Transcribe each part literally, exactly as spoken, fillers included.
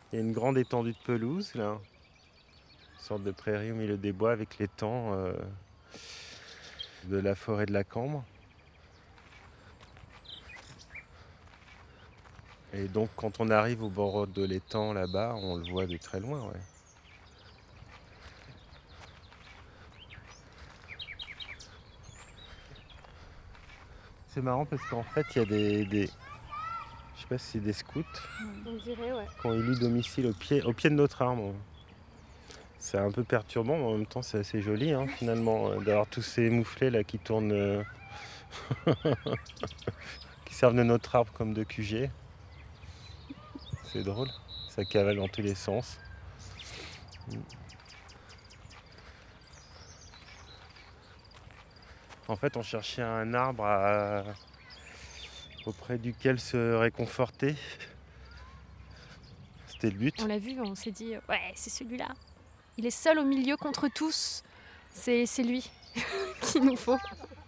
Il y a une grande étendue de pelouse là, une sorte de prairie au milieu des bois avec l'étang euh, de la forêt de la Cambre. Et donc quand on arrive au bord de l'étang là-bas, on le voit de très loin. Ouais. C'est marrant parce qu'en fait il y a des, des... je sais pas si c'est des scouts. On dirait, ouais. Qui ont élu domicile au pied, au pied de notre arbre. C'est un peu perturbant, mais en même temps c'est assez joli hein, finalement, euh, d'avoir tous ces mouflets là qui tournent, euh, qui servent de notre arbre comme de Q G. C'est drôle, ça cavale dans tous les sens. En fait, on cherchait un arbre à... auprès duquel se réconforter. C'était le but. On l'a vu, on s'est dit, ouais, c'est celui-là. Il est seul au milieu contre tous. C'est, c'est lui qu'il nous faut.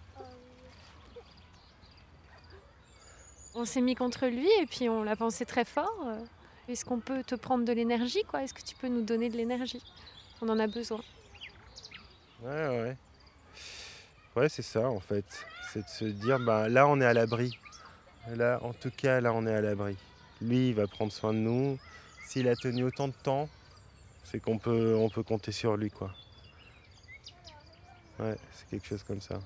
On s'est mis contre lui et puis on l'a pensé très fort. Est-ce qu'on peut te prendre de l'énergie, quoi ? Est-ce que tu peux nous donner de l'énergie ? On en a besoin. Ouais, ouais. Ouais, c'est ça en fait. C'est de se dire, bah, là on est à l'abri. Là, en tout cas, là on est à l'abri. Lui, il va prendre soin de nous. S'il a tenu autant de temps, c'est qu'on peut, on peut compter sur lui, quoi. Ouais, c'est quelque chose comme ça.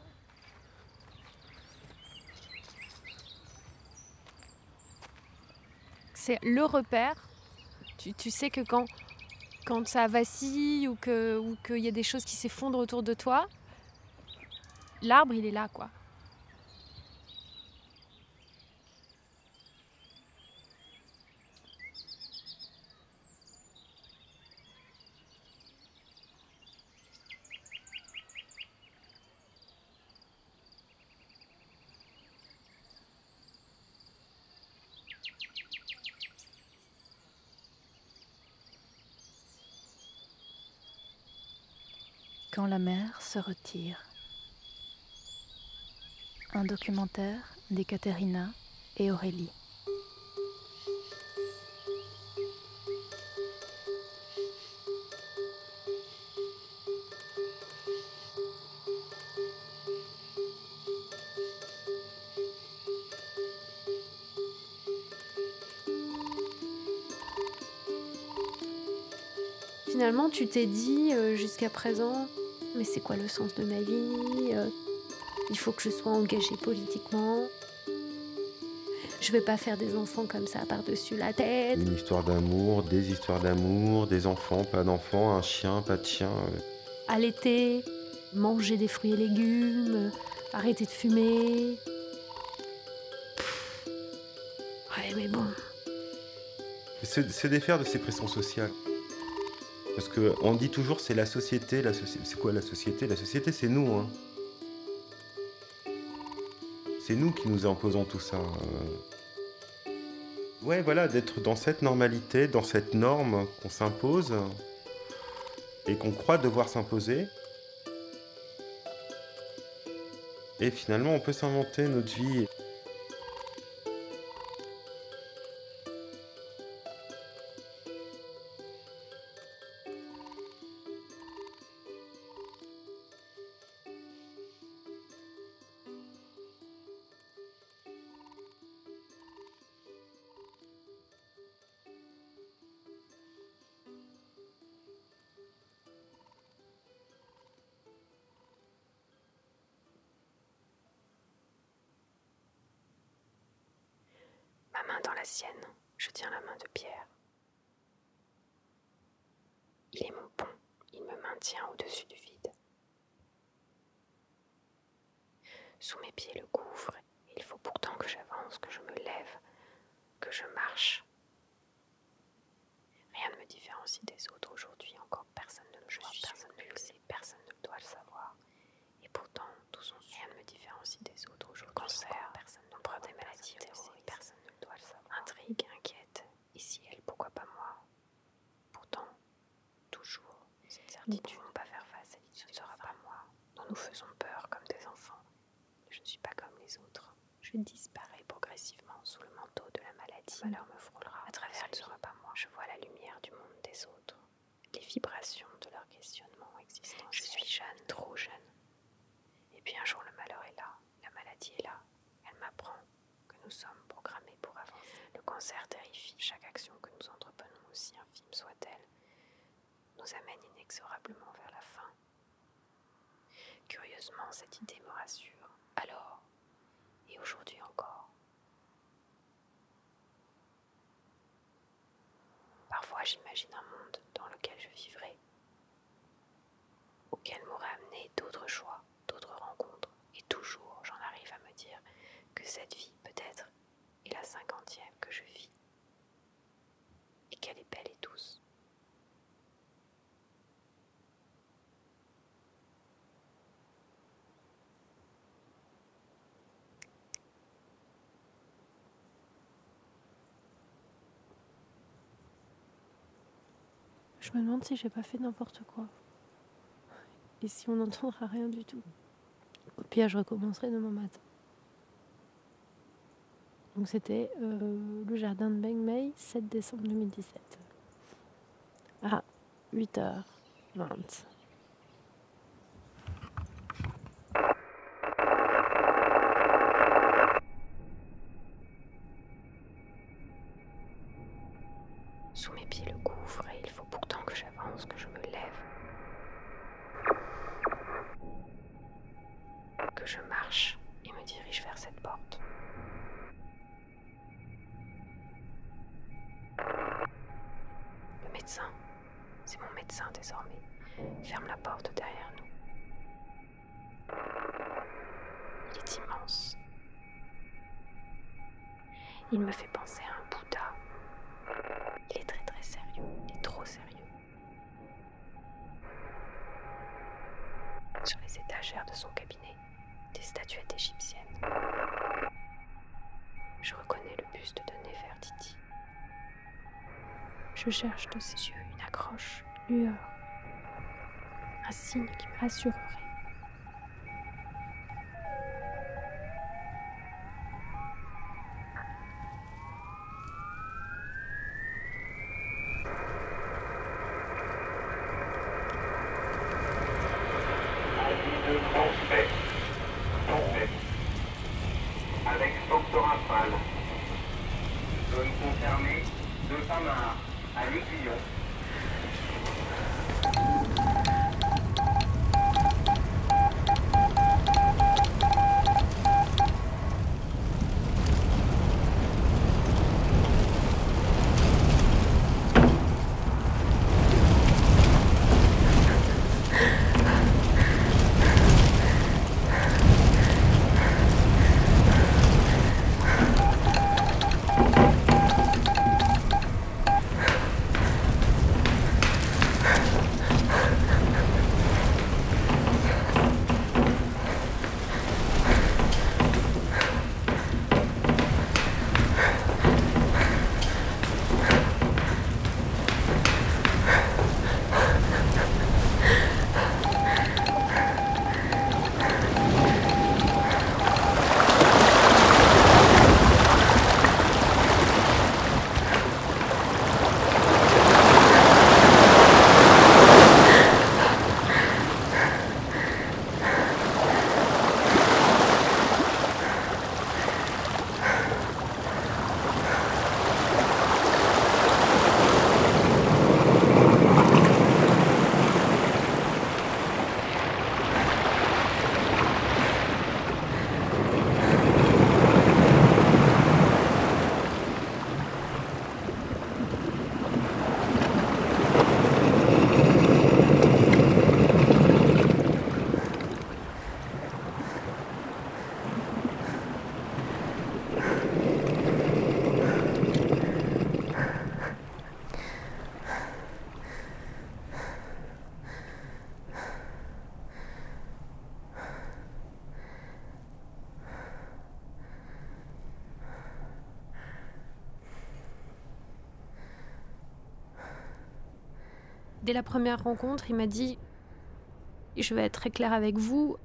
C'est le repère. Tu, tu sais que quand, quand ça vacille ou que, ou qu'il y a des choses qui s'effondrent autour de toi, l'arbre, il est là, quoi. Quand la mer se retire. Un documentaire d'Ekaterina et Aurélie. Finalement, tu t'es dit euh, jusqu'à présent, mais c'est quoi le sens de ma vie ? euh, Il faut que je sois engagée politiquement. Je vais pas faire des enfants comme ça par-dessus la tête. Une histoire d'amour, des histoires d'amour, des enfants, pas d'enfants, un chien, pas de chien. euh. Allaiter, manger des fruits et légumes, euh, arrêter de fumer. Pff. Ouais, mais bon. Se, se défaire de ces pressions sociales. Parce qu'on dit toujours c'est la société, la soci... c'est quoi la société ? La société c'est nous. Hein. C'est nous qui nous imposons tout ça. euh. Ouais, voilà, d'être dans cette normalité, dans cette norme qu'on s'impose et qu'on croit devoir s'imposer. Et finalement, on peut s'inventer notre vie. Ma main dans la sienne, je tiens la main de Pierre. Il est mon pont, il me maintient au-dessus du vide. Sous mes pieds le gouffre, il faut pourtant que j'avance, que je me lève, que je marche. Rien ne me différencie des autres aujourd'hui, encore personne ne le voit, personne ne le sait, personne ne doit le savoir. Et pourtant, tout son rien ne me différencie des autres aujourd'hui, cancer, personne ne prend des maladies, personne ne doit le savoir. Intrigue, inquiète, ici elle, pourquoi pas moi ? Pourtant, toujours, cette certitude, nous ne pouvons pas faire face, ce ne sera pas moi. Nous nous faisons peur comme des enfants. Je ne suis pas comme les autres. Je disparais progressivement sous le manteau de la maladie. Le malheur me frôlera. À travers, ce ne sera pas moi. Je vois la lumière des autres, les vibrations de leur questionnement existentiel. Je suis jeune, trop jeune. Et puis un jour le malheur est là, la maladie est là. Elle m'apprend que nous sommes programmés pour avancer. Le cancer terrifie. Chaque action que nous entreprenons, aussi infime soit-elle, nous amène inexorablement vers la fin. Curieusement, cette idée me rassure. Alors, et aujourd'hui encore. Parfois, j'imagine un monde dans lequel je vivrai, auquel m'auraient amené d'autres choix, d'autres rencontres, et toujours j'en arrive à me dire que cette vie, peut-être, est la cinquantième que je vis, et qu'elle est belle et douce. Je me demande si j'ai pas fait n'importe quoi. Et si on n'entendra rien du tout. Au pire, je recommencerai demain matin. Donc c'était euh, le jardin de Beng Mei, sept décembre deux mille dix-sept. À huit heures vingt. Sous mes pieds le gouffre et il faut pourtant que j'avance, que je me lève, que je marche et me dirige vers cette porte. Le médecin, c'est mon médecin désormais, ferme la porte derrière nous. Il est immense. Il me fait penser à un Bouddha. Il est très très sérieux, il est trop sérieux. Sur les étagères de son cabinet, des statuettes égyptiennes. Je reconnais le buste de Néfertiti. Je cherche de ses yeux une accroche, une lueur, un signe qui me rassurerait. De transfert, transfert, avec Octorafale. Zone concernée, de Famar à l'Aiguillon. Dès la première rencontre, il m'a dit « Je vais être très clair avec vous.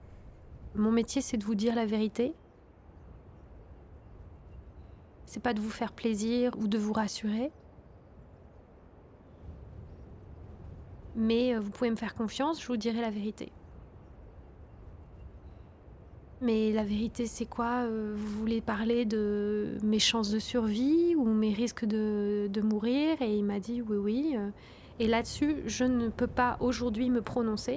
Mon métier, c'est de vous dire la vérité. C'est pas de vous faire plaisir ou de vous rassurer. mais vous pouvez me faire confiance, je vous dirai la vérité. Mais la vérité, c'est quoi ? Vous voulez parler de mes chances de survie ou mes risques de, de mourir ? Et il m'a dit oui, oui. Et là-dessus, je ne peux pas aujourd'hui me prononcer.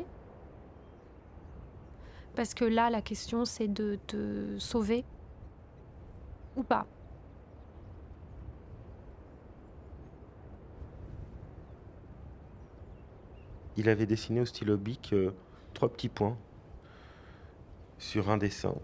Parce que là, la question, c'est de te sauver ou pas. Il avait dessiné au stylo bic euh, trois petits points sur un dessin.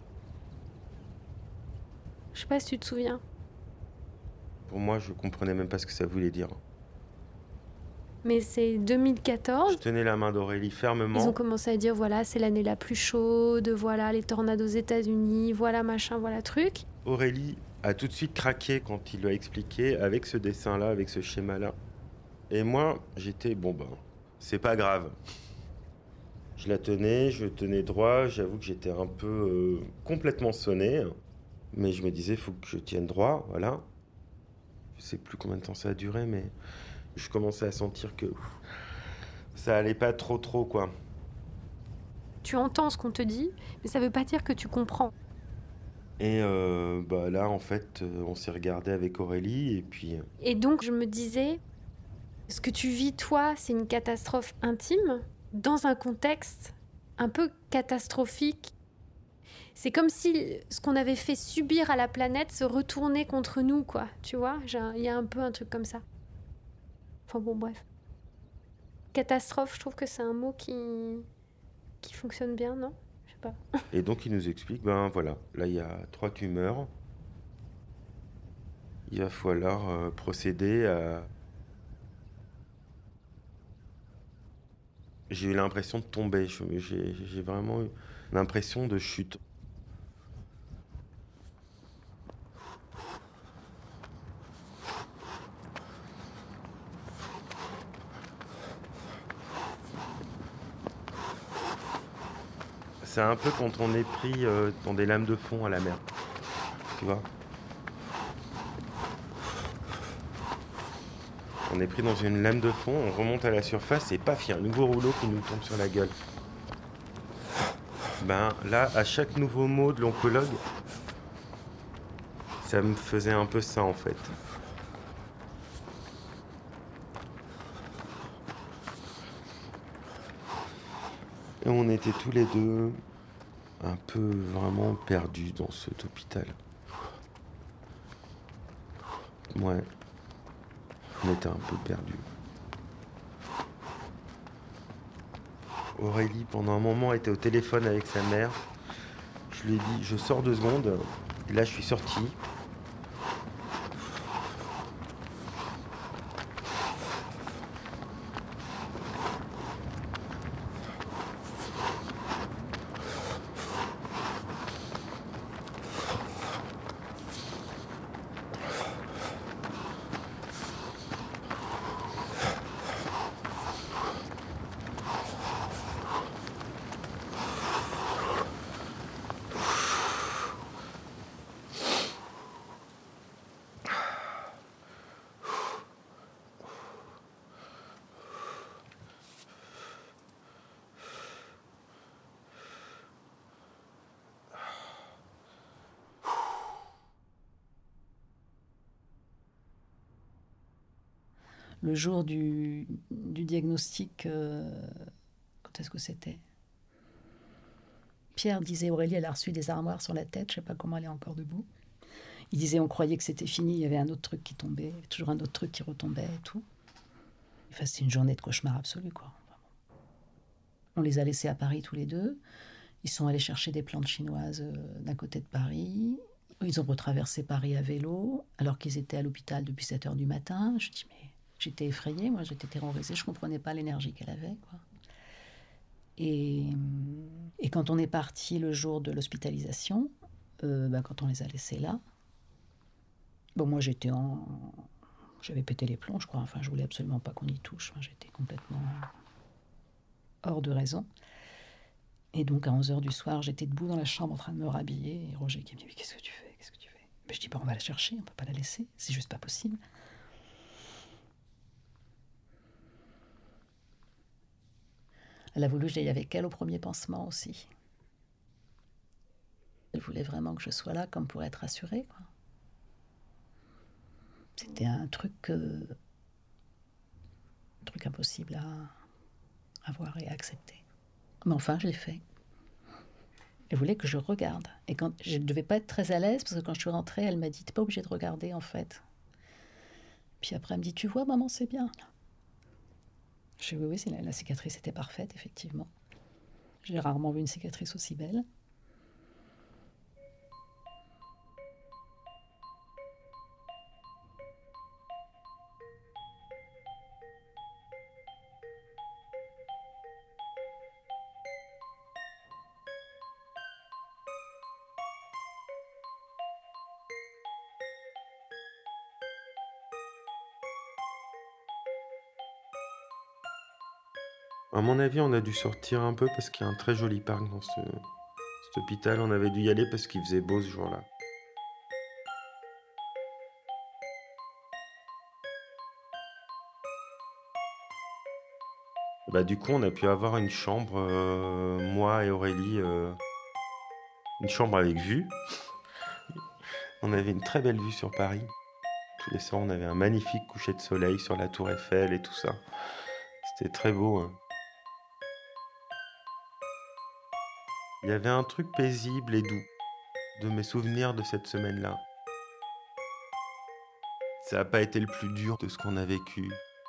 Je sais pas si tu te souviens. Pour moi, je comprenais même pas ce que ça voulait dire. Mais c'est deux mille quatorze. Je tenais la main d'Aurélie fermement. Ils ont commencé à dire voilà, c'est l'année la plus chaude, voilà les tornades aux États-Unis, voilà machin, voilà truc. Aurélie a tout de suite craqué quand il lui a expliqué avec ce dessin-là, avec ce schéma-là. Et moi, j'étais bon ben, c'est pas grave. Je la tenais, je tenais droit. J'avoue que j'étais un peu euh, complètement sonné. Mais je me disais, il faut que je tienne droit, voilà. Je sais plus combien de temps ça a duré, mais je commençais à sentir que ouf, ça allait pas trop trop, quoi. Tu entends ce qu'on te dit, mais ça veut pas dire que tu comprends. Et euh, bah là, en fait, on s'est regardé avec Aurélie, et puis... Et donc, je me disais, ce que tu vis, toi, c'est une catastrophe intime, dans un contexte un peu catastrophique. C'est comme si ce qu'on avait fait subir à la planète se retournait contre nous, quoi. Tu vois, il y a un peu un truc comme ça. Enfin bon, bref. Catastrophe, je trouve que c'est un mot qui, qui fonctionne bien, non ? Je sais pas. Et donc, il nous explique, ben voilà, là, il y a trois tumeurs. Il va falloir euh, procéder à... J'ai eu l'impression de tomber. Je- J'ai j'ai vraiment eu l'impression de chute. C'est un peu quand on est pris euh, dans des lames de fond à la mer. Tu vois ? On est pris dans une lame de fond, on remonte à la surface et paf, il y a un nouveau rouleau qui nous tombe sur la gueule. Ben là, à chaque nouveau mot de l'oncologue, ça me faisait un peu ça en fait. Et on était tous les deux un peu vraiment perdus dans cet hôpital. Ouais, on était un peu perdus. Aurélie, pendant un moment, était au téléphone avec sa mère. Je lui ai dit, je sors deux secondes. Et là, je suis sorti. Le jour du, du diagnostic, euh, quand est-ce que c'était ? Pierre disait, Aurélie, elle a reçu des armoires sur la tête, je ne sais pas comment elle est encore debout. Il disait, on croyait que c'était fini, il y avait un autre truc qui tombait, il y avait toujours un autre truc qui retombait et tout. Enfin, c'était une journée de cauchemar absolu, quoi. On les a laissés à Paris tous les deux. Ils sont allés chercher des plantes chinoises euh, d'un côté de Paris. Ils ont retraversé Paris à vélo, alors qu'ils étaient à l'hôpital depuis sept heures du matin. Je dis, mais... J'étais effrayée, moi, j'étais terrorisée, je ne comprenais pas l'énergie qu'elle avait, quoi. Et, et quand on est parti le jour de l'hospitalisation, euh, ben, quand on les a laissés là, bon, moi, j'étais en... J'avais pété les plombs, je crois. Enfin, je voulais absolument pas qu'on y touche. Enfin, j'étais complètement hors de raison. Et donc, à onze heures du soir, j'étais debout dans la chambre en train de me rhabiller. Et Roger qui me dit, mais qu'est-ce que tu fais ? Qu'est-ce que tu fais ? Ben, je dis, bon, on va la chercher, on ne peut pas la laisser. C'est juste pas possible. Elle a voulu que j'aille avec elle au premier pansement aussi. Elle voulait vraiment que je sois là comme pour être rassurée, quoi. C'était un truc, euh, un truc impossible à, à voir et à accepter. Mais enfin, je l'ai fait. Elle voulait que je regarde. Et quand je ne devais pas être très à l'aise, parce que quand je suis rentrée, elle m'a dit « T'es pas obligée de regarder, en fait. » Puis après, elle me dit « Tu vois, maman, c'est bien. » Je dis « Oui, oui, c'est la, la cicatrice était parfaite, effectivement. J'ai rarement vu une cicatrice aussi belle. » À mon avis, on a dû sortir un peu parce qu'il y a un très joli parc dans ce, cet hôpital. On avait dû y aller parce qu'il faisait beau ce jour-là. Bah, du coup, on a pu avoir une chambre, euh, moi et Aurélie, euh, une chambre avec vue. On avait une très belle vue sur Paris. Tous les soirs, on avait un magnifique coucher de soleil sur la tour Eiffel et tout ça. C'était très beau, hein. Il y avait un truc paisible et doux de mes souvenirs de cette semaine-là. Ça n'a pas été le plus dur de ce qu'on a vécu.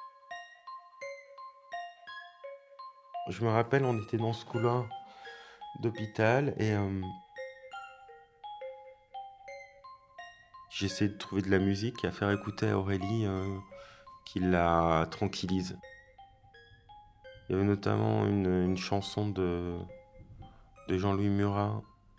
Je me rappelle, on était dans ce couloir d'hôpital et euh, j'essayais de trouver de la musique et à faire écouter à Aurélie euh, qui la tranquillise. Il y avait notamment une, une chanson de, de Jean-Louis Murat.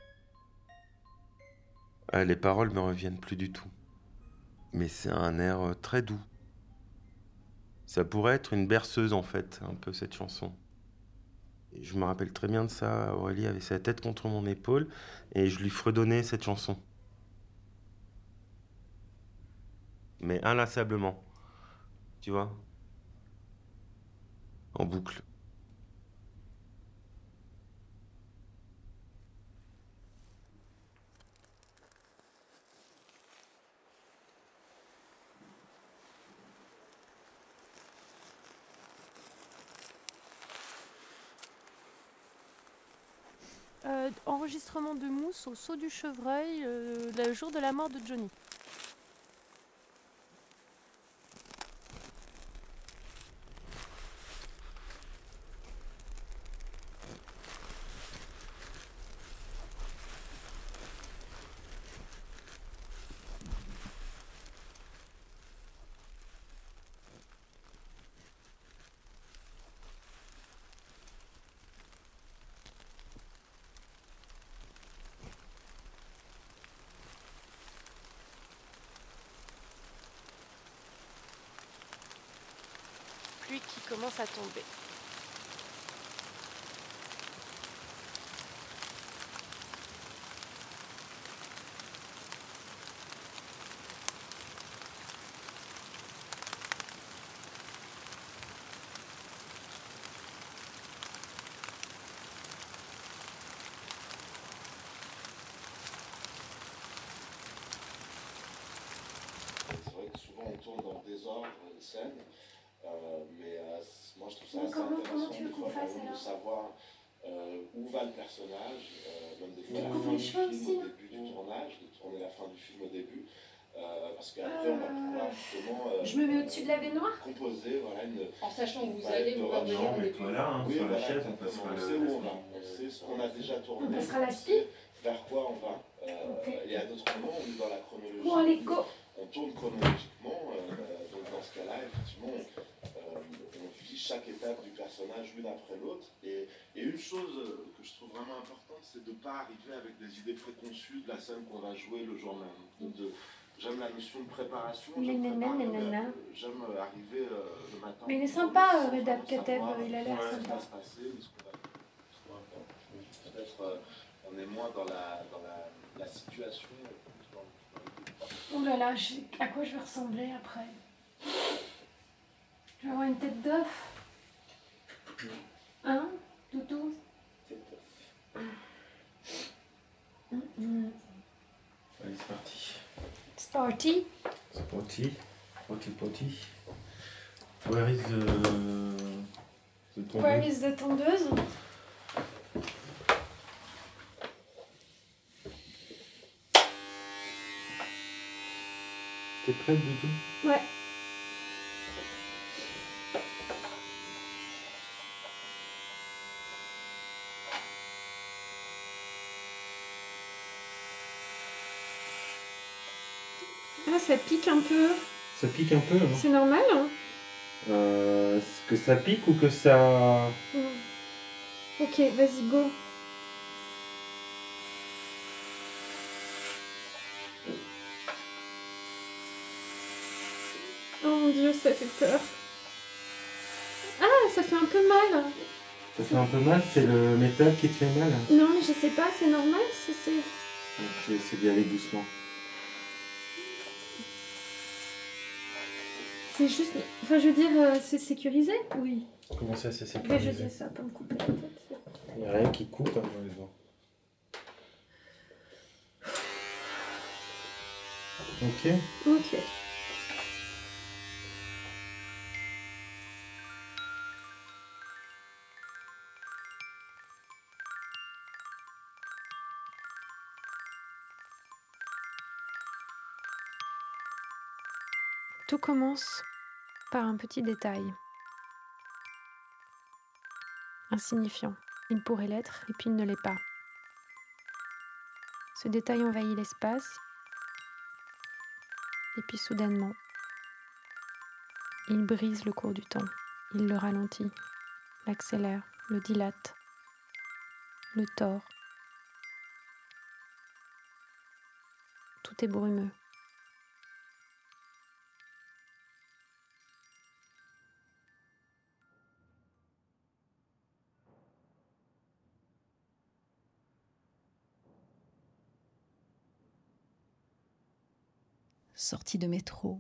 Ah, les paroles me reviennent plus du tout. Mais c'est un air très doux. Ça pourrait être une berceuse en fait, un peu cette chanson. Et je me rappelle très bien de ça. Aurélie avait sa tête contre mon épaule et je lui fredonnais cette chanson. Mais inlassablement. Tu vois ? En boucle. Euh, enregistrement de Mousse au Saut du Chevreuil, euh, le jour de la mort de Johnny. Pluie qui commence à tomber. C'est vrai que souvent on tourne dans le désordre de scène, euh, mais euh, moi je trouve ça Mais assez comment- intéressant comment tu veux des qu'on fois, fasse, vraiment, de alors savoir euh, où va le personnage, euh, même des fois la coupe fin les du cheveux film aussi, au hein. début du tournage, de tourner la fin du film au début, euh, parce qu'après on va pouvoir justement euh, Je me mets au-dessus de la baignoire. composer voilà, une, En sachant où une vous palette allez, de vous recherche. revenez au début. hein, Oui, voilà, exactement. On sait où on va, on sait ce qu'on a déjà tourné, On passera la on sait vers quoi on va. Euh, Ok. Et à d'autres moments, on est dans la chronologie. Bon, allez, go. On tourne chronologiquement, euh, donc dans ce cas-là, effectivement, euh, on vit chaque étape du personnage l'une après l'autre. Et, et une chose que je trouve vraiment importante, c'est de ne pas arriver avec des idées préconçues de la scène qu'on va jouer le jour même. De, j'aime la notion de préparation, j'aime, Nanana, préparer, nanana. euh, j'aime arriver euh, le matin. Mais il est pour sympa, sans euh, Reda vraiment Kateb, savoir il a l'air ce qui sympa. va se passer, ou ce qu'on va faire. Peut-être euh, on est moins dans la, dans la, la situation. Dans, dans Oh là là, je- à quoi je vais ressembler après? Je vais avoir une tête d'œuf. Hein? Mm-hmm. Allez, c'est parti. It's party. C'est parti. Parti, parti. Where is the... the tondeuse? Where is the tondeuse? T'es prête du tout? Ouais. Ah, ça pique un peu. Ça pique un peu, hein? C'est normal, hein? Euh, que ça pique ou que ça... Mm. Ok, vas-y, go. Oh mon Dieu, ça fait peur. Ah, ça fait un peu mal. Ça fait un peu mal? C'est le métal qui te fait mal? Non, mais je sais pas, c'est normal, c'est... c'est... Je vais essayer d'y aller doucement. C'est juste... Enfin, je veux dire, euh, c'est sécurisé? Oui. Comment ça, c'est Mais je sécurisé? dis ça, pas me couper la tête. Il n'y a rien qui coupe, hein, dans les dents. Ok. Ok. Tout commence par un petit détail. Insignifiant. Il pourrait l'être et puis il ne l'est pas. Ce détail envahit l'espace et puis soudainement, il brise le cours du temps. Il le ralentit, l'accélère, le dilate, le tord. Tout est brumeux. Sortie de métro,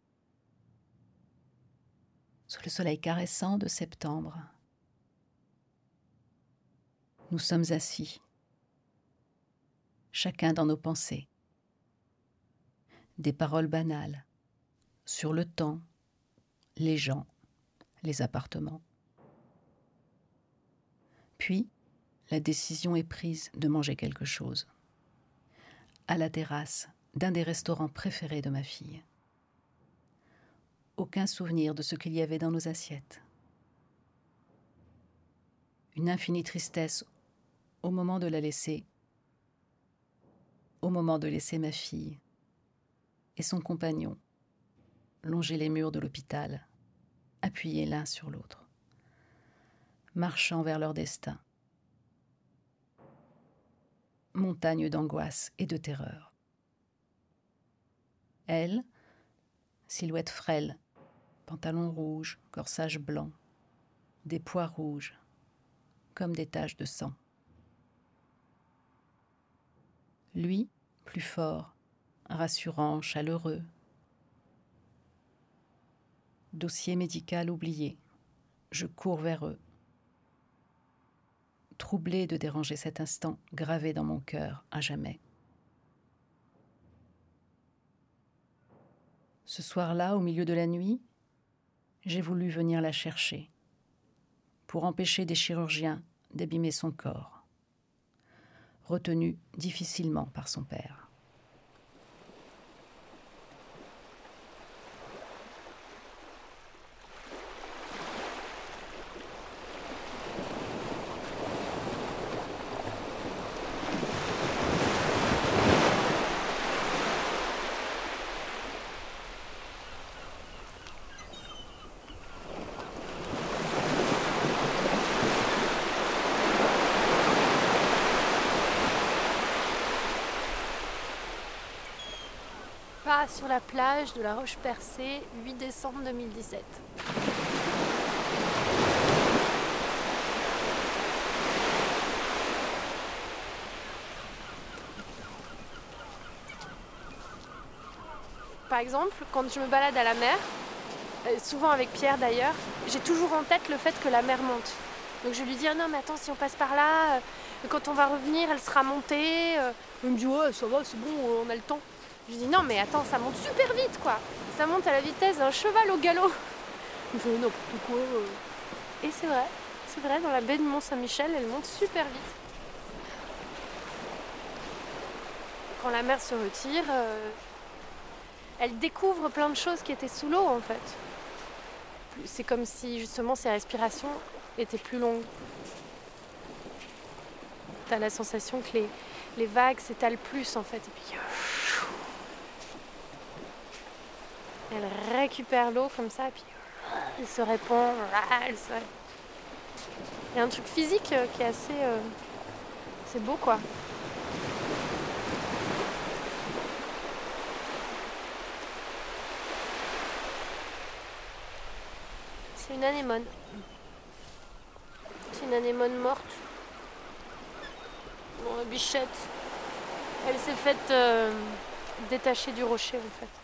sous le soleil caressant de septembre. Nous sommes assis, chacun dans nos pensées. Des paroles banales sur le temps, les gens, les appartements. Puis, la décision est prise de manger quelque chose. À la terrasse d'un des restaurants préférés de ma fille. Aucun souvenir de ce qu'il y avait dans nos assiettes. Une infinie tristesse au moment de la laisser, au moment de laisser ma fille et son compagnon longer les murs de l'hôpital, appuyés l'un sur l'autre, marchant vers leur destin. Montagne d'angoisse et de terreur. Elle, silhouette frêle, pantalon rouge, corsage blanc, des pois rouges, comme des taches de sang. Lui, plus fort, rassurant, chaleureux. Dossier médical oublié, je cours vers eux. Troublée de déranger cet instant gravé dans mon cœur à jamais. Ce soir-là, au milieu de la nuit, j'ai voulu venir la chercher pour empêcher des chirurgiens d'abîmer son corps, retenu difficilement par son père. Pas sur la plage de la Roche-Percée, huit décembre deux mille dix-sept. Par exemple, quand je me balade à la mer, souvent avec Pierre d'ailleurs, j'ai toujours en tête le fait que la mer monte. Donc je lui dis ah non mais attends, si on passe par là, Et quand on va revenir, elle sera montée. Euh, il me dit ouais, ça va, c'est bon, on a le temps. Je dis non, mais attends, ça monte super vite, quoi. Ça monte à la vitesse d'un cheval au galop. Il me fait n'importe quoi. Euh. Et c'est vrai, c'est vrai, dans la baie du Mont-Saint-Michel, elle monte super vite. Quand la mer se retire, euh, elle découvre plein de choses qui étaient sous l'eau, en fait. C'est comme si, justement, ses respirations étaient plus longues. T'as la sensation que les, les vagues s'étalent plus, en fait. Et puis, elle récupère l'eau comme ça, et puis elle se répand. Elle se... Il y a un truc physique qui est assez... Euh, c'est beau, quoi. C'est une anémone. C'est une anémone morte. Bon, la bichette. Elle s'est faite euh, détacher du rocher, en fait.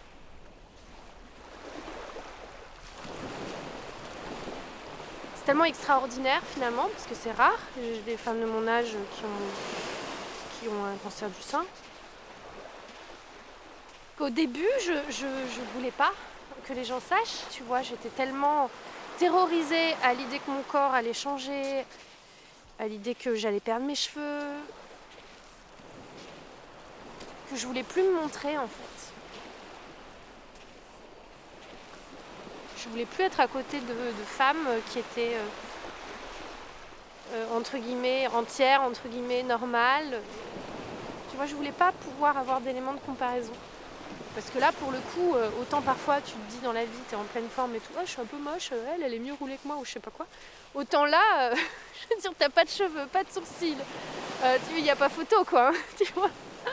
C'est tellement extraordinaire, finalement, parce que c'est rare. J'ai des femmes de mon âge qui ont, qui ont un cancer du sein. Au début, je, je, je voulais pas que les gens sachent. Tu vois, j'étais tellement terrorisée à l'idée que mon corps allait changer, à l'idée que j'allais perdre mes cheveux, que je voulais plus me montrer, en fait. Je voulais plus être à côté de, de femmes qui étaient euh, euh, entre guillemets entières, entre guillemets normales. Tu vois, je voulais pas pouvoir avoir d'éléments de comparaison. Parce que là, pour le coup, euh, autant parfois tu te dis dans la vie, t'es en pleine forme et tout, ah, je suis un peu moche, elle, elle est mieux roulée que moi ou je sais pas quoi. Autant là, euh, je veux dire, t'as pas de cheveux, pas de sourcils, euh, il n'y a pas photo, quoi, hein, tu vois.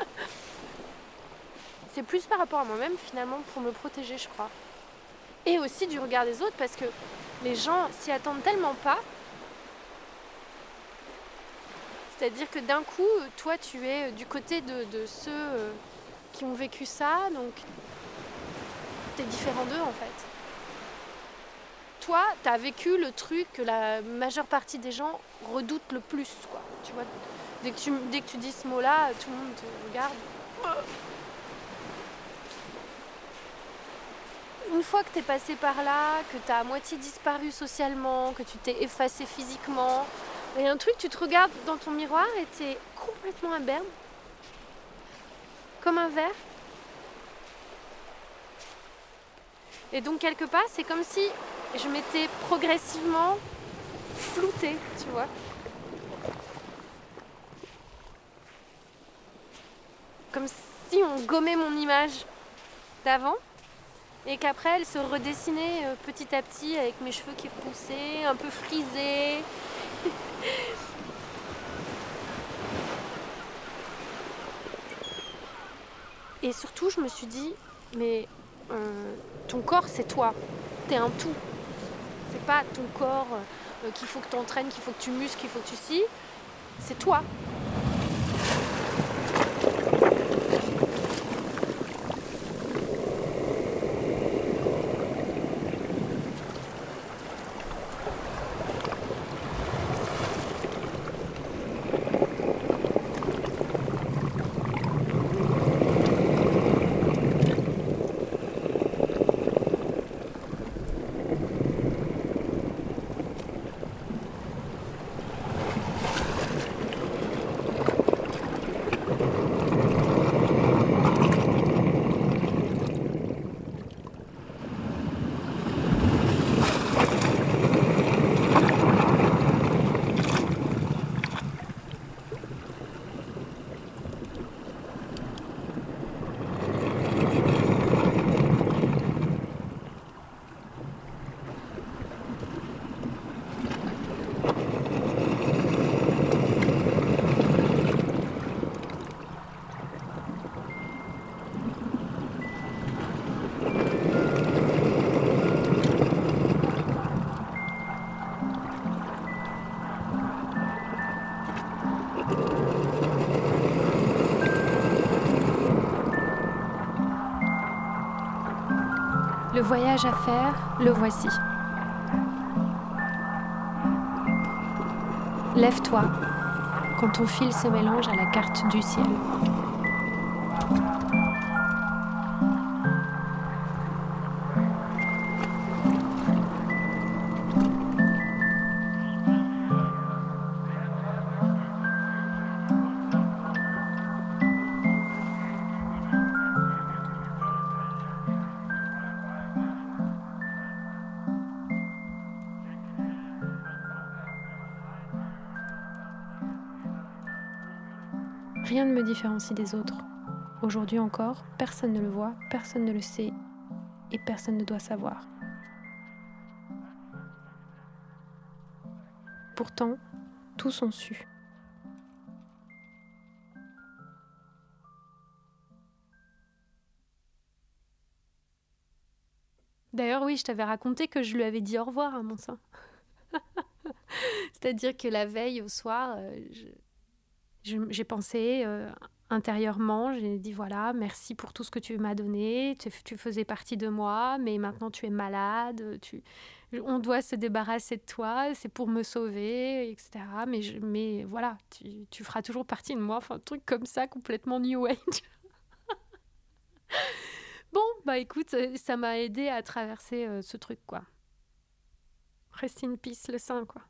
C'est plus par rapport à moi-même, finalement, pour me protéger, je crois. Et aussi du regard des autres, parce que les gens s'y attendent tellement pas. C'est-à-dire que d'un coup, toi, tu es du côté de, de ceux euh, qui ont vécu ça, donc t'es différent d'eux, en fait. Toi, t'as vécu le truc que la majeure partie des gens redoutent le plus, quoi. Tu vois, dès que tu, dès que tu dis ce mot-là, tout le monde te regarde. Une fois que t'es passé par là, que t'as à moitié disparu socialement, que tu t'es effacé physiquement, il y a un truc, tu te regardes dans ton miroir et t'es complètement imberbe, comme un verre. Et donc quelque part, c'est comme si je m'étais progressivement floutée, tu vois. Comme si on gommait mon image d'avant. Et qu'après, elle se redessinait euh, petit à petit avec mes cheveux qui repoussaient, un peu frisés. Et surtout, je me suis dit, mais euh, ton corps, c'est toi. T'es un tout. C'est pas ton corps euh, qu'il faut que tu entraînes, qu'il faut que tu muscles, qu'il faut que tu scies. C'est toi. Le voyage à faire, le voici. Lève-toi, quand ton fil se mélange à la carte du ciel. Rien ne me différencie des autres. Aujourd'hui encore, personne ne le voit, personne ne le sait et personne ne doit savoir. Pourtant, tous ont su. D'ailleurs, oui, je t'avais raconté que je lui avais dit au revoir à mon sein. C'est-à-dire que la veille au soir, euh, je... Je, j'ai pensé euh, intérieurement, j'ai dit voilà, merci pour tout ce que tu m'as donné, tu, tu faisais partie de moi, mais maintenant tu es malade, tu, on doit se débarrasser de toi, c'est pour me sauver, et cetera. Mais, je, mais voilà, tu, tu feras toujours partie de moi, enfin un truc comme ça, complètement new age. Bon, bah écoute, ça m'a aidé à traverser euh, ce truc, quoi. Rest in peace le sein, quoi.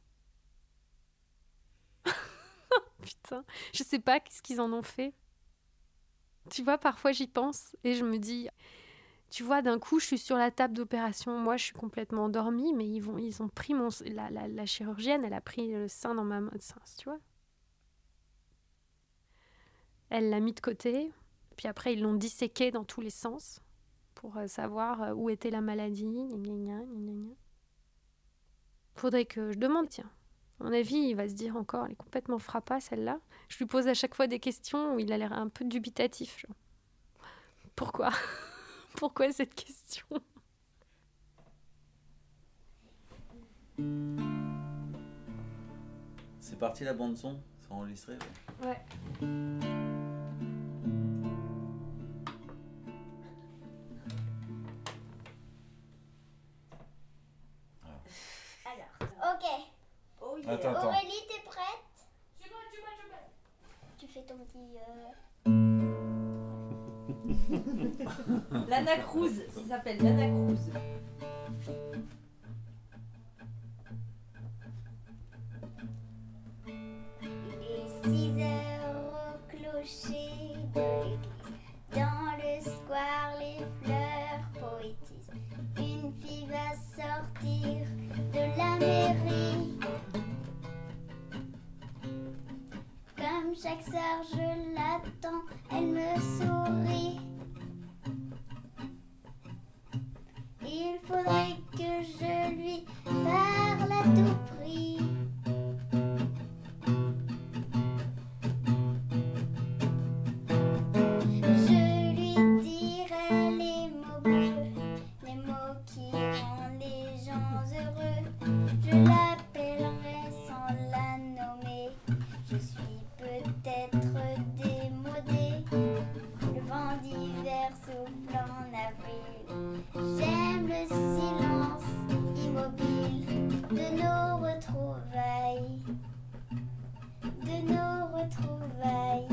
Putain, je sais pas qu'est-ce qu'ils en ont fait. Tu vois, parfois j'y pense et je me dis, tu vois, d'un coup je suis sur la table d'opération, moi je suis complètement endormie, mais ils, vont, ils ont pris mon... La, la, la chirurgienne, elle a pris le sein dans ma main, tu vois. Elle l'a mis de côté, puis après ils l'ont disséqué dans tous les sens pour savoir où était la maladie. Faudrait que je demande, tiens. À mon avis, il va se dire encore, elle est complètement frappa, celle-là. Je lui pose à chaque fois des questions où il a l'air un peu dubitatif. Genre. Pourquoi ? Pourquoi cette question ? C'est parti la bande son ? C'est enregistré ? Ouais. ouais. Alors, ok. Oh yeah. Attends, attends. Aurélie, t'es prête ? Je vois, je vois, je vois. Tu fais ton petit... Euh... Lana Cruz, ça s'appelle Lana Cruz. Il est six heures au clocher de l'église. Dans le square, les fleurs poétisent. Une fille va sortir de la mairie. Comme chaque soir je l'attends, elle me sourit. Il faudrait que je lui parle à tout prix. Je lui dirai les mots bleus, les mots qui rendent les gens heureux. Je l'appellerai sans la nommer. Je suis peut-être démodée. Le vent d'hiver souffle en avril. J'aime le silence immobile de nos retrouvailles. De nos retrouvailles.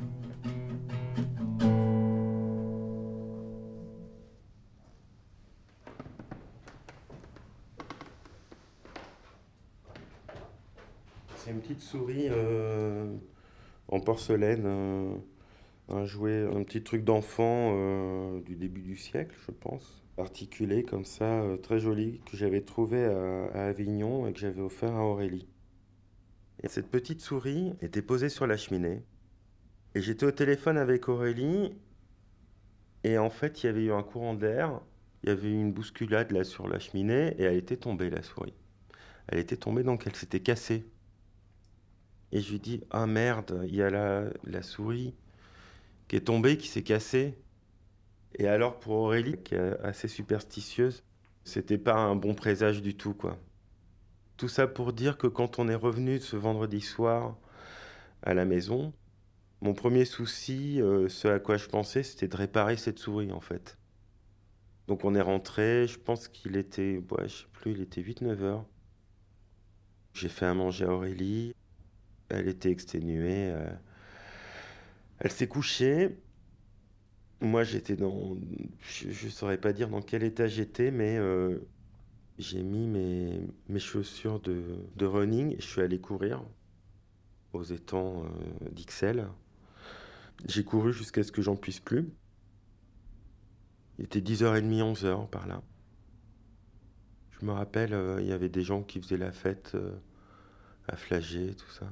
C'est une petite souris euh, en porcelaine, euh, un jouet, un petit truc d'enfant euh, du début du siècle, je pense. Articulé comme ça, euh, très joli, que j'avais trouvé à, à Avignon et que j'avais offert à Aurélie. Et cette petite souris était posée sur la cheminée. Et j'étais au téléphone avec Aurélie. Et en fait, il y avait eu un courant d'air. Il y avait eu une bousculade là sur la cheminée. Et elle était tombée, la souris. Elle était tombée, donc elle s'était cassée. Et je lui dis, ah merde, il y a la, la souris qui est tombée, qui s'est cassée. Et alors pour Aurélie, qui est assez superstitieuse, c'était pas un bon présage du tout, quoi. Tout ça pour dire que quand on est revenu ce vendredi soir à la maison, mon premier souci, euh, ce à quoi je pensais, c'était de réparer cette souris, en fait. Donc on est rentré, je pense qu'il était, ouais, je sais plus, il était huit neuf heures. J'ai fait à manger à Aurélie. Elle était exténuée. euh, Elle s'est couchée. Moi, j'étais dans... Je ne saurais pas dire dans quel état j'étais, mais euh, j'ai mis mes, mes chaussures de, de running et je suis allé courir aux étangs euh, d'Ixelles. J'ai couru jusqu'à ce que j'en puisse plus. Il était dix heures trente, onze heures par là. Je me rappelle, euh, il y avait des gens qui faisaient la fête euh, à Flagey, tout ça.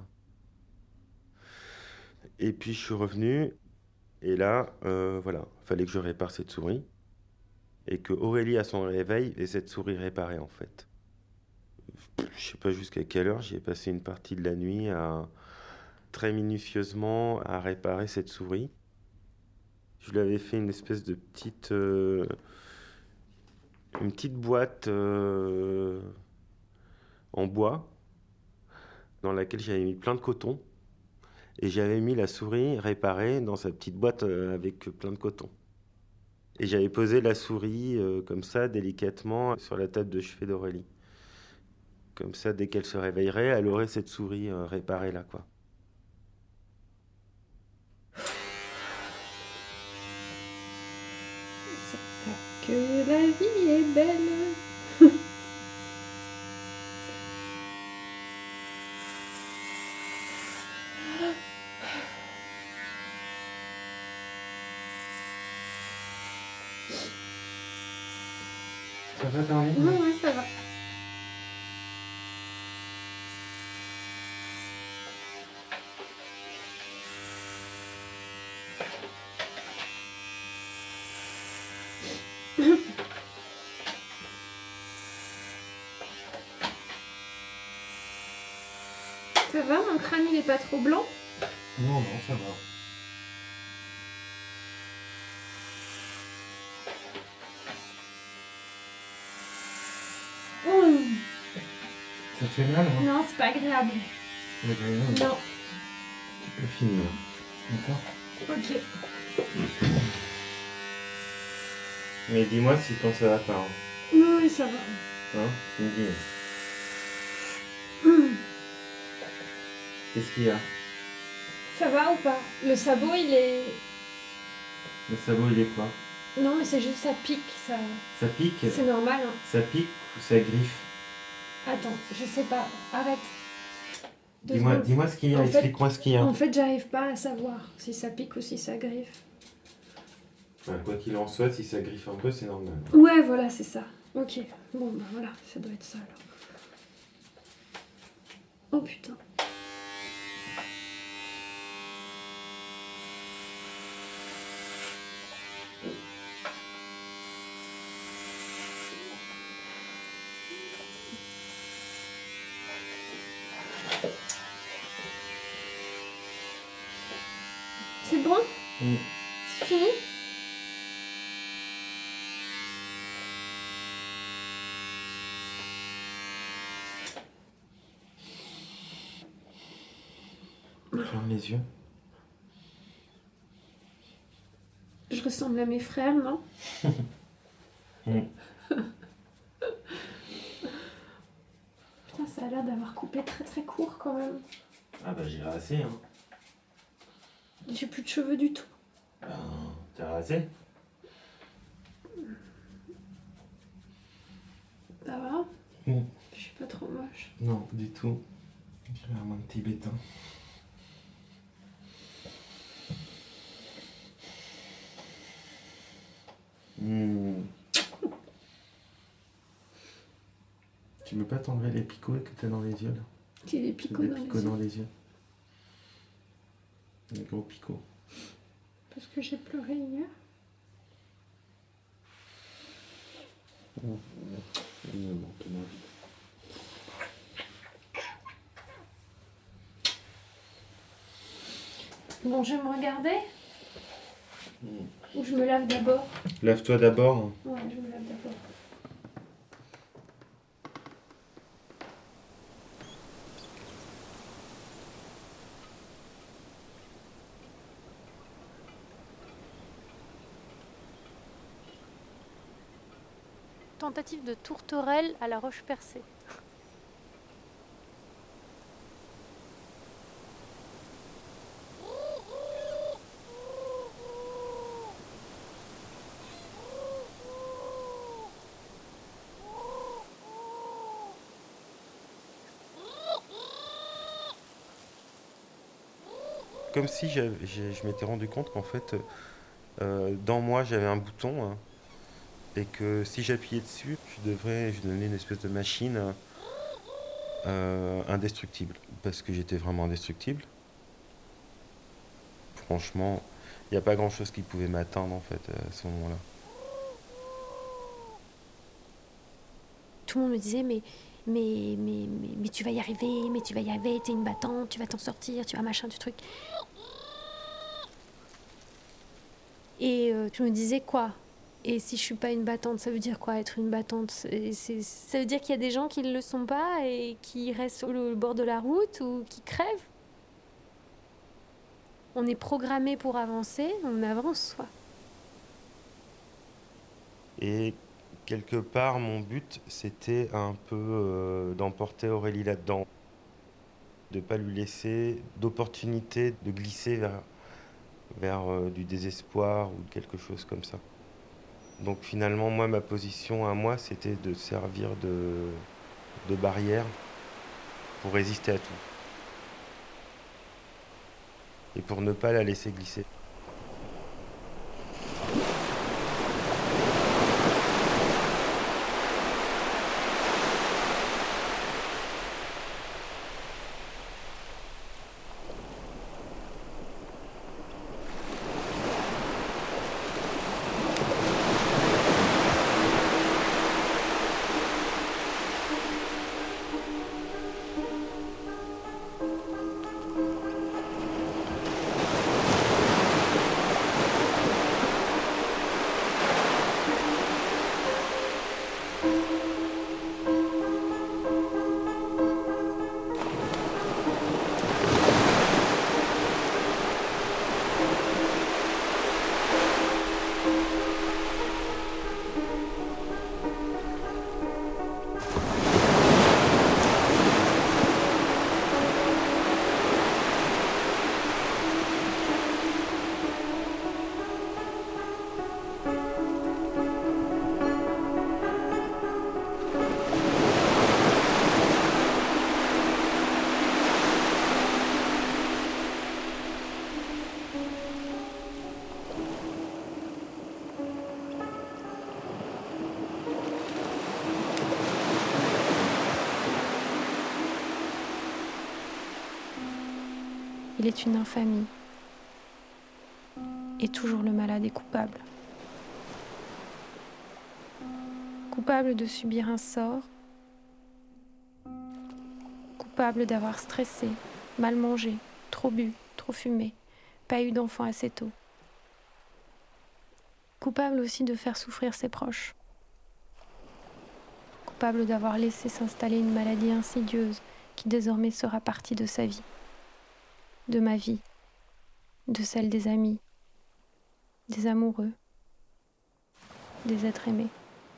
Et puis je suis revenu, et là, euh, voilà, fallait que je répare cette souris. Et que Aurélie, à son réveil, ait cette souris réparée, en fait. Je sais pas jusqu'à quelle heure, j'y ai passé une partie de la nuit à, très minutieusement à réparer cette souris. Je lui avais fait une espèce de petite... Euh, une petite boîte euh, en bois dans laquelle j'avais mis plein de coton. Et j'avais mis la souris réparée dans sa petite boîte euh, avec plein de coton. Et j'avais posé la souris euh, comme ça, délicatement, sur la table de chevet d'Aurélie. Comme ça, dès qu'elle se réveillerait, elle aurait cette souris euh, réparée là, quoi. Que la vie est belle. Ça va, Caroline ? Oui, oui, ça va. Ça va, mon crâne il est pas trop blanc? Non, non, ça va. Oh. Ça te fait mal, hein ? Non, c'est pas agréable. C'est agréable. Non. Tu peux finir. D'accord ? Ok. Mais dis-moi si quand ça va pas. Hein, Oui, oui, ça va. hein tu me dis. Hum. Qu'est-ce qu'il y a ? Ça va ou pas? Le sabot il est... Le sabot, il est quoi ? Non, mais c'est juste ça pique, ça... Ça pique ? C'est normal, hein. Ça pique ou ça griffe ? Attends, je sais pas. Arrête. Deux Dis-moi, secondes. dis-moi ce qu'il y a, En fait- explique-moi ce qu'il y a. En fait, j'arrive pas à savoir si ça pique ou si ça griffe. Enfin, quoi qu'il en soit, si ça griffe un peu, c'est normal. Ouais, voilà, c'est ça. Ok. Bon, bah voilà, ça doit être ça alors. Oh putain. C'est bon? Mm. C'est fini? Ferme les yeux. Je ressemble à mes frères, non? Mm. Putain, ça a l'air d'avoir coupé très très court quand même. Ah bah j'ai rasé, hein. J'ai plus de cheveux du tout. Ben, t'as rasé ? Ça va? Mm. Je suis pas trop moche. Non, du tout. J'ai l'air moins tibétain. Mmh. Tu veux pas t'enlever les picots que t'as dans les yeux là? J'ai des picots Des dans les picots yeux. dans les yeux. Des gros picots. Parce que j'ai pleuré hier. Mmh. Mmh, bon, tout le monde. Bon, je vais me regarder. Mmh. Ou je me lave d'abord. Lave-toi d'abord. Ouais, je me lave d'abord. Tentative de tourterelle à la roche percée. comme si j'avais- j'ai- je m'étais rendu compte qu'en fait, euh, dans moi, j'avais un bouton, hein, et que si j'appuyais dessus, je devrais je devenais une espèce de machine euh, indestructible, parce que j'étais vraiment indestructible. Franchement, il n'y a pas grand-chose qui pouvait m'atteindre en fait à ce moment-là. Tout le monde me disait mais, mais, mais, mais, mais tu vas y arriver, mais tu vas y arriver, t'es une battante, tu vas t'en sortir, tu vas machin du truc. Et euh, je me disais quoi? Et si je suis pas une battante, ça veut dire quoi être une battante? c'est, c'est, Ça veut dire qu'il y a des gens qui ne le sont pas et qui restent sur le bord de la route ou qui crèvent? On est programmé pour avancer, on avance, quoi. Et quelque part, mon but, c'était un peu euh, d'emporter Aurélie là-dedans, de ne pas lui laisser d'opportunité de glisser vers, vers euh, du désespoir ou quelque chose comme ça. Donc finalement, moi, ma position à moi, c'était de servir de, de barrière pour résister à tout. Et pour ne pas la laisser glisser. Il est une infamie. Et toujours le malade est coupable. Coupable de subir un sort. Coupable d'avoir stressé, mal mangé, trop bu, trop fumé, pas eu d'enfant assez tôt. Coupable aussi de faire souffrir ses proches. Coupable d'avoir laissé s'installer une maladie insidieuse qui désormais sera partie de sa vie. De ma vie, de celle des amis, des amoureux, des êtres aimés.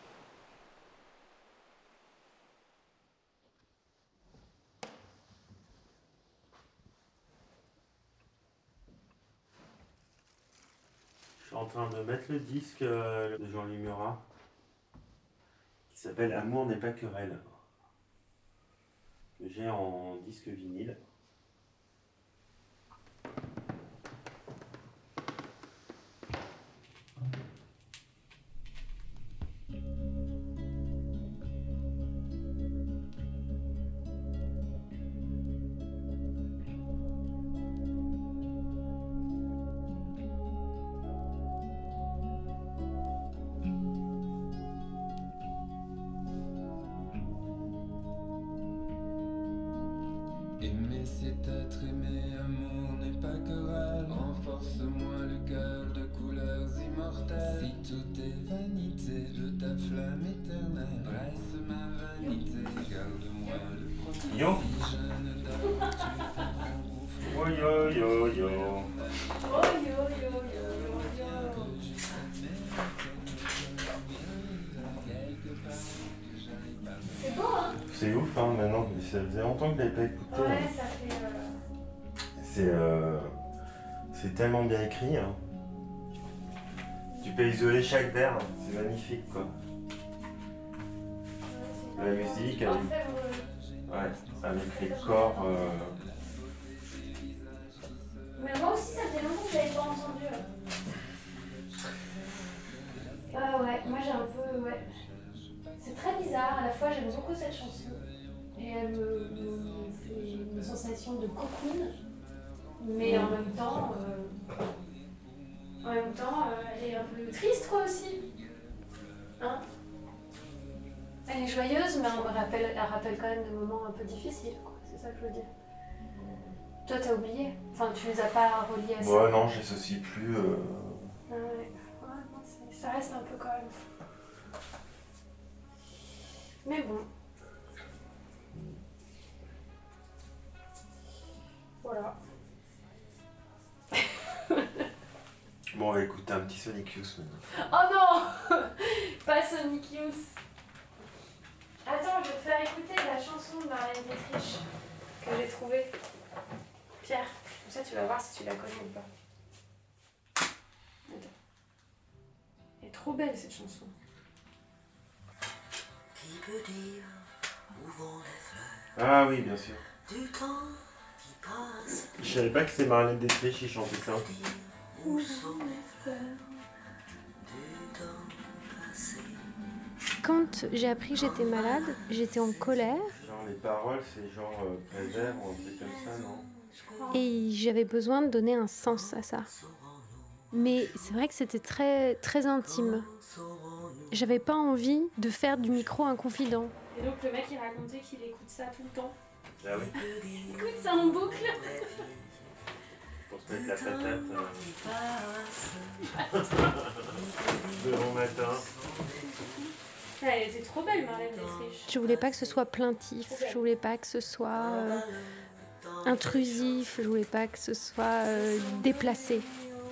Je suis en train de mettre le disque euh, de Jean-Louis Murat qui s'appelle Amour n'est pas querelle, que j'ai en disque vinyle. Aimer c'est être aimé, amour n'est pas querelle. Renforce-moi le cœur de couleurs immortelles. Si tout est vanité de ta flamme éternelle, presse ma vanité, garde-moi le premier. Yo. Si je ne dors, tu prendras un gouffre. Oh yo yo yo. Oh yo yo yo yo yo. C'est beau, hein? C'est ouf, hein, maintenant, ça faisait longtemps que je l'avais pas écouté. Ouais, hein. ça fait... Euh... C'est euh, c'est tellement bien écrit. Hein. Tu peux isoler chaque vers, hein. C'est magnifique, quoi. La musique, avec, ouais, avec les corps. Euh... Ouais, Mais moi aussi, ça fait longtemps que je l'avais pas entendu. Ah ouais, moi j'ai un peu... Ouais. C'est très bizarre, à la fois j'aime beaucoup cette chanson. Et elle me, me, me fait une sensation de cocoon. Mais en même temps... Euh, en même temps, euh, elle est un peu triste quoi aussi. Hein? Elle est joyeuse, mais elle rappelle, elle rappelle quand même des moments un peu difficiles, quoi. C'est ça que je veux dire. Toi, t'as oublié? Enfin, tu les as pas reliés à ça? Ouais, non, j'associe plus. Euh... Ouais, ouais non, c'est- ça reste un peu quand même. Mais bon. Voilà. Bon, on va écouter un petit Sonic Youth maintenant. Oh non! Pas Sonic Youth. Attends, je vais te faire écouter la chanson de Marlène Dietrich que j'ai trouvée. Pierre, comme ça tu vas voir si tu la connais ou pas. Attends. Elle est trop belle cette chanson. Qui peut dire où vont les fleurs Ah oui, bien sûr. du temps qui passe? Je savais pas que c'était Marlène Dietrich qui chantait ça. Où sont les fleurs du temps passé? Quand j'ai appris que j'étais malade, j'étais en colère Genre les paroles, c'est genre euh, prévert ou un truc comme ça, non? et j'avais besoin de donner un sens à ça. Mais c'est vrai que c'était très, très intime. J'avais pas envie de faire du micro un confident. Et donc le mec il racontait qu'il écoute ça tout le temps. Ah oui. Il écoute ça en boucle. Pour se mettre la patate euh... de bon matin. Elle était trop belle Marlène Dietrich. Je voulais pas que ce soit plaintif, je voulais pas que ce soit euh, intrusif, je voulais pas que ce soit euh, déplacé.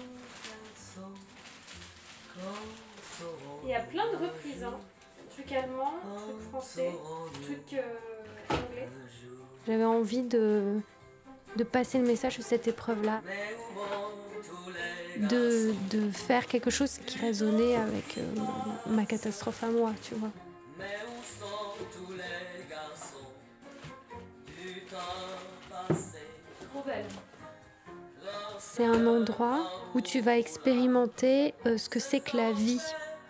Il y a plein de reprises, hein. Truc allemand, truc français, truc euh, anglais. J'avais envie de, de passer le message de cette épreuve-là, de, de faire quelque chose qui résonnait avec euh, ma catastrophe à moi, tu vois. Trop belle. C'est un endroit où tu vas expérimenter euh, ce que c'est que la vie.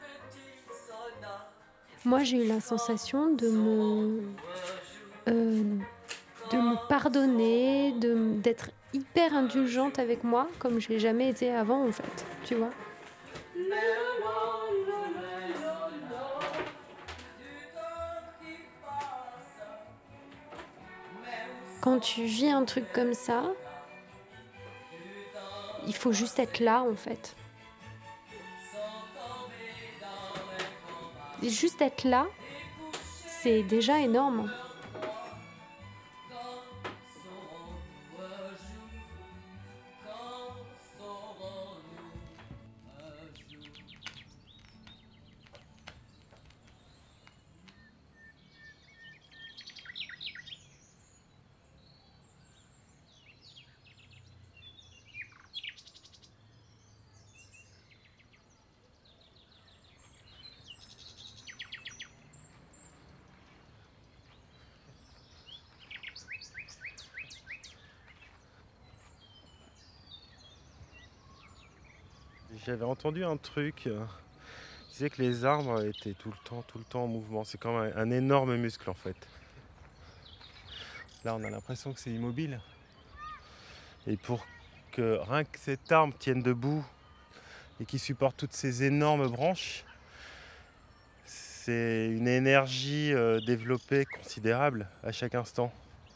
Moi, j'ai eu la sensation de me, euh, de me pardonner, de, d'être hyper indulgente avec moi, comme je l'ai jamais été avant, en fait, tu vois. Quand tu vis un truc comme ça, il faut juste être là, en fait. Et juste être là, c'est déjà énorme. J'avais entendu un truc, euh, qui disait que les arbres étaient tout le temps, tout le temps en mouvement. C'est comme un, un énorme muscle en fait. Là, on a l'impression que c'est immobile. Et pour que rien que cet arbre tienne debout et qu'il supporte toutes ces énormes branches, c'est une énergie euh, développée considérable à chaque instant.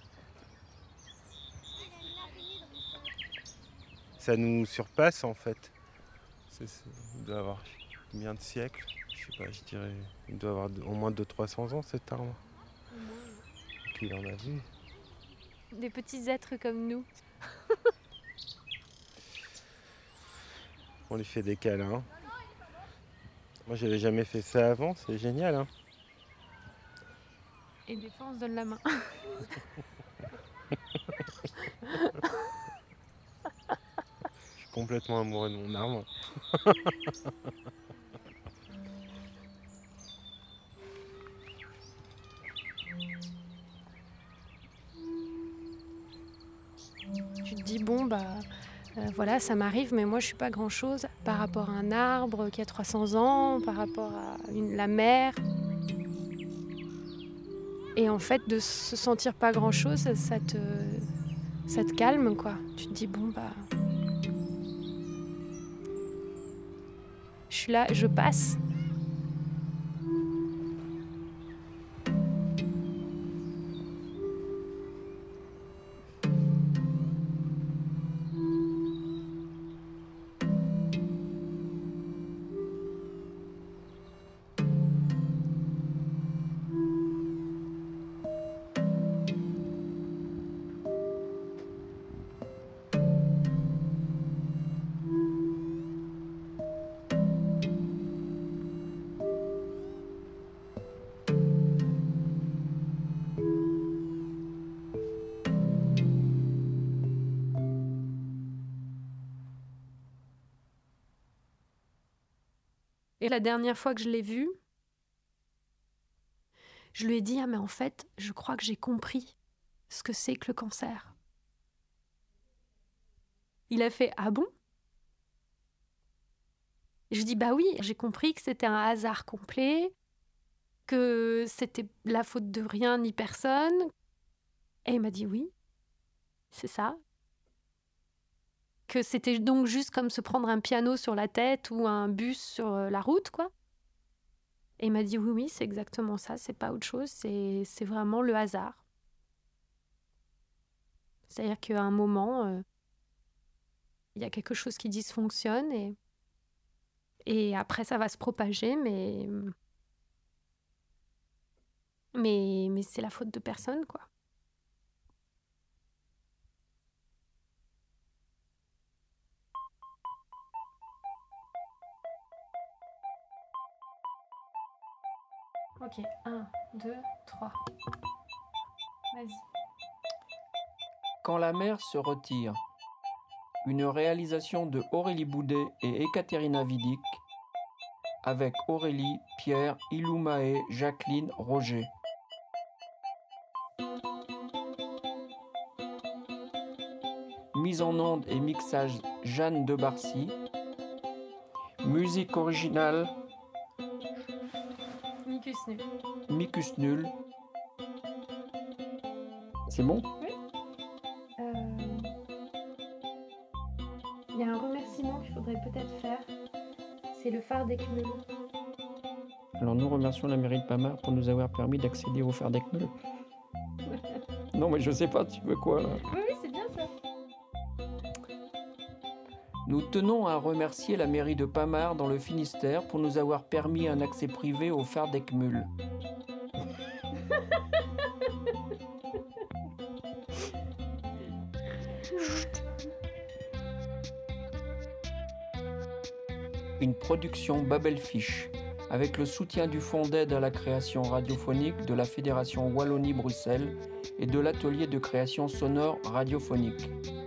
Ça nous surpasse en fait. C'est, c'est, il doit avoir combien de siècles? Je sais pas, je dirais. Il doit avoir au moins deux cents à trois cents ans cet arbre. Qu'il en a vu. Des petits êtres comme nous. On lui fait des câlins. Moi j'avais jamais fait ça avant, c'est génial. Hein. Et des fois on se donne la main. Je suis complètement amoureux de mon arbre. Tu te dis bon bah euh, voilà, ça m'arrive, mais moi je suis pas grand-chose par rapport à un arbre qui a trois cents ans, par rapport à une, la mer. Et en fait, de se sentir pas grand-chose, ça, ça te, ça te calme, quoi. Tu te dis, bon, bah... Je suis là, je passe. Et la dernière fois que je l'ai vu, je lui ai dit « Ah mais en fait, je crois que j'ai compris ce que c'est que le cancer. » Il a fait « Ah bon ?» Je dis « Bah oui, j'ai compris que c'était un hasard complet, que c'était la faute de rien ni personne. » Et il m'a dit « Oui, c'est ça. » Que c'était donc juste comme se prendre un piano sur la tête ou un bus sur la route, quoi. Et il m'a dit, oui, oui, c'est exactement ça, c'est pas autre chose, c'est, c'est vraiment le hasard. C'est-à-dire qu'à un moment, euh, il y a quelque chose qui dysfonctionne et, et après ça va se propager, mais, mais, mais c'est la faute de personne, quoi. Ok, un, deux, trois. Vas-y. Quand la mer se retire. Une réalisation de Aurélie Boudet et Ekaterina Vidic, avec Aurélie, Pierre, Iloumae, Jacqueline, Roger. Mise en onde et mixage Jeanne de Barcy. Musique originale Micus Nul. Micus Nul. C'est bon ? Oui. Euh... Il y a un remerciement qu'il faudrait peut-être faire. C'est le phare d'Eckmühl. Alors nous remercions la mairie de Pamar pour nous avoir permis d'accéder au phare d'Eckmühl. Non mais je sais pas, tu veux quoi là ? Oui, oui, c'est bien ça. Nous tenons à remercier la mairie de Pamar dans le Finistère pour nous avoir permis un accès privé au phare d'Eckmühl. Une production Babelfish, avec le soutien du Fonds d'aide à la création radiophonique de la Fédération Wallonie-Bruxelles et de l'atelier de création sonore radiophonique.